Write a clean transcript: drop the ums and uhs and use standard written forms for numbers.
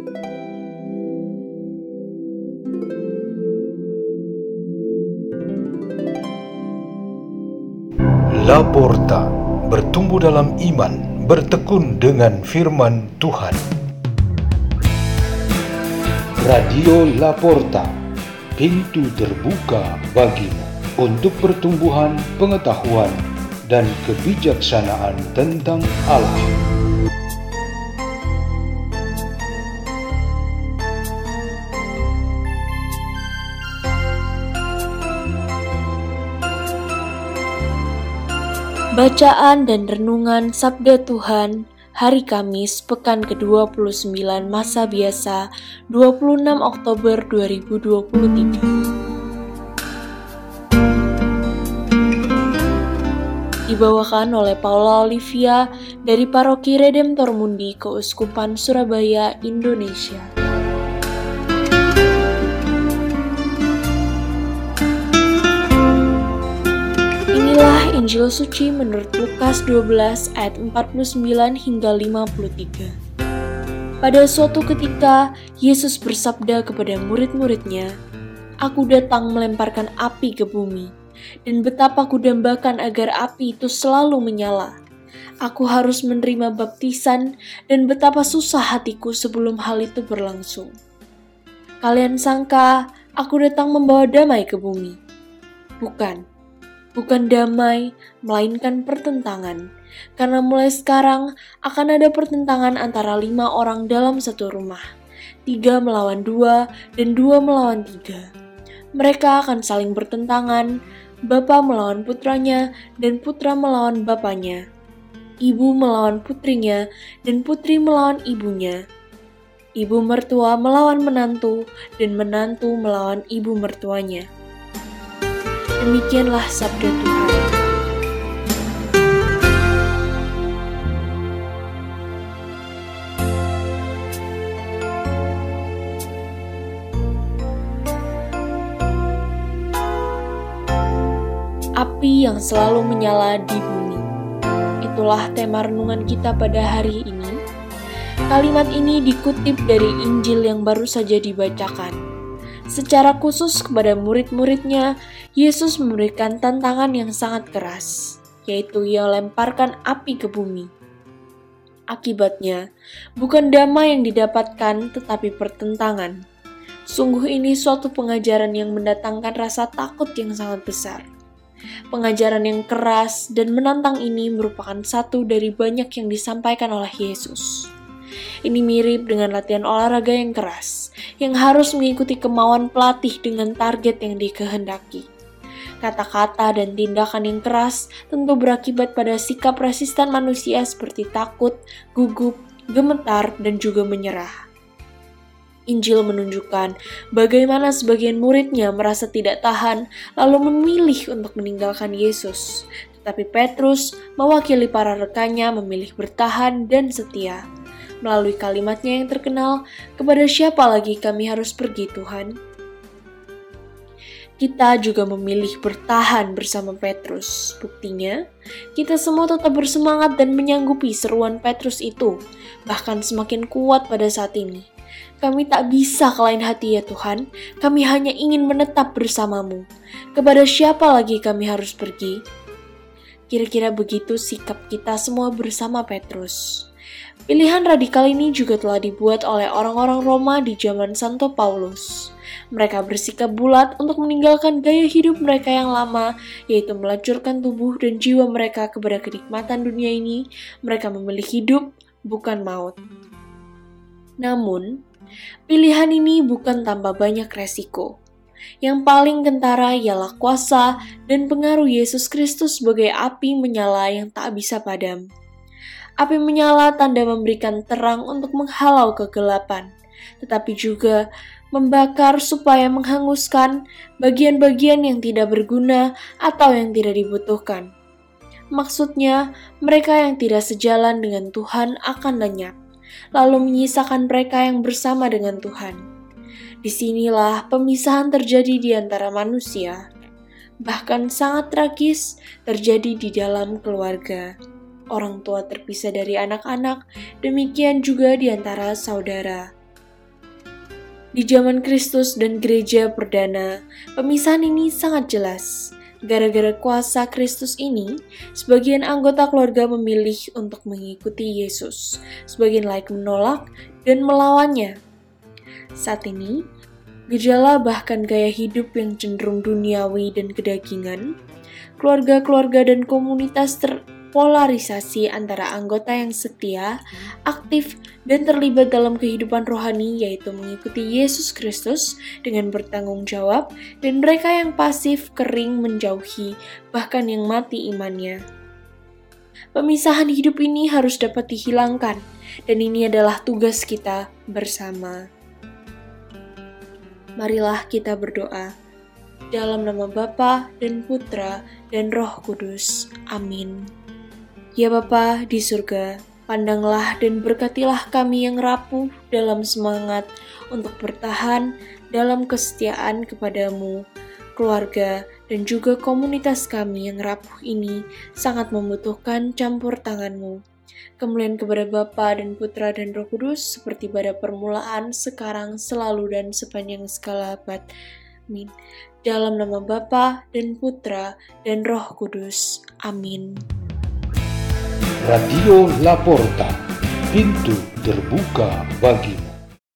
Laporta, bertumbuh dalam iman, bertekun dengan firman Tuhan. Radio Laporta, pintu terbuka bagimu untuk pertumbuhan pengetahuan dan kebijaksanaan tentang Allah. Bacaan dan renungan Sabda Tuhan hari Kamis pekan ke-29 masa biasa 26 Oktober 2023. Dibawakan oleh Paula Olivia dari Paroki Redemptor Mundi Keuskupan Surabaya, Indonesia. Inilah Injil Suci menurut Lukas 12 ayat 49 hingga 53. Pada suatu ketika, Yesus bersabda kepada murid-muridnya, "Aku datang melemparkan api ke bumi, dan betapa kudambakan agar api itu selalu menyala. Aku harus menerima baptisan, dan betapa susah hatiku sebelum hal itu berlangsung. Kalian sangka aku datang membawa damai ke bumi? Bukan damai, melainkan pertentangan. Karena mulai sekarang akan ada pertentangan antara 5 orang dalam satu rumah, 3 melawan 2, dan 2 melawan 3. Mereka akan saling bertentangan, bapa melawan putranya, dan putra melawan bapaknya, ibu melawan putrinya, dan putri melawan ibunya, ibu mertua melawan menantu, dan menantu melawan ibu mertuanya." Demikianlah sabda Tuhan. Api yang selalu menyala di bumi. Itulah tema renungan kita pada hari ini. Kalimat ini dikutip dari Injil yang baru saja dibacakan. Secara khusus kepada murid-muridnya, Yesus memberikan tantangan yang sangat keras, yaitu Ia lemparkan api ke bumi. Akibatnya, bukan damai yang didapatkan, tetapi pertentangan. Sungguh ini suatu pengajaran yang mendatangkan rasa takut yang sangat besar. Pengajaran yang keras dan menantang ini merupakan satu dari banyak yang disampaikan oleh Yesus. Ini mirip dengan latihan olahraga yang keras, yang harus mengikuti kemauan pelatih dengan target yang dikehendaki. Kata-kata dan tindakan yang keras tentu berakibat pada sikap resisten manusia seperti takut, gugup, gemetar, dan juga menyerah. Injil menunjukkan bagaimana sebagian muridnya merasa tidak tahan lalu memilih untuk meninggalkan Yesus. Tetapi Petrus, mewakili para rekannya, memilih bertahan dan setia. Melalui kalimatnya yang terkenal, "Kepada siapa lagi kami harus pergi, Tuhan?" Kita juga memilih bertahan bersama Petrus. Buktinya, kita semua tetap bersemangat dan menyanggupi seruan Petrus itu, bahkan semakin kuat pada saat ini. "Kami tak bisa kelain hati ya Tuhan, kami hanya ingin menetap bersamamu. Kepada siapa lagi kami harus pergi?" Kira-kira begitu sikap kita semua bersama Petrus. Pilihan radikal ini juga telah dibuat oleh orang-orang Roma di zaman Santo Paulus. Mereka bersikap bulat untuk meninggalkan gaya hidup mereka yang lama, yaitu melacurkan tubuh dan jiwa mereka kepada kenikmatan dunia ini. Mereka memilih hidup, bukan maut. Namun, pilihan ini bukan tanpa banyak resiko. Yang paling kentara ialah kuasa dan pengaruh Yesus Kristus sebagai api menyala yang tak bisa padam. Api menyala tanda memberikan terang untuk menghalau kegelapan, tetapi juga membakar supaya menghanguskan bagian-bagian yang tidak berguna atau yang tidak dibutuhkan. Maksudnya, mereka yang tidak sejalan dengan Tuhan akan lenyap, lalu menyisakan mereka yang bersama dengan Tuhan. Disinilah pemisahan terjadi di antara manusia, bahkan sangat tragis terjadi di dalam keluarga. Orang tua terpisah dari anak-anak, demikian juga di antara saudara. Di zaman Kristus dan gereja perdana, pemisahan ini sangat jelas. Gara-gara kuasa Kristus ini, sebagian anggota keluarga memilih untuk mengikuti Yesus, sebagian lain menolak dan melawannya. Saat ini, gejala bahkan gaya hidup yang cenderung duniawi dan kedagingan, keluarga-keluarga dan komunitas terpolarisasi antara anggota yang setia, aktif, dan terlibat dalam kehidupan rohani, yaitu mengikuti Yesus Kristus dengan bertanggung jawab, dan mereka yang pasif, kering, menjauhi, bahkan yang mati imannya. Pemisahan hidup ini harus dapat dihilangkan, dan ini adalah tugas kita bersama. Marilah kita berdoa. Dalam nama Bapa dan Putra dan Roh Kudus. Amin. Ya Bapa di surga, pandanglah dan berkatilah kami yang rapuh dalam semangat untuk bertahan dalam kesetiaan kepadamu. Keluarga dan juga komunitas kami yang rapuh ini sangat membutuhkan campur tangan-Mu. Kemuliaan kepada Bapa dan Putra dan Roh Kudus, seperti pada permulaan, sekarang, selalu, dan sepanjang segala abad. Amin. Dalam nama Bapa dan Putra dan Roh Kudus. Amin. Radio Laporta, pintu terbuka bagimu.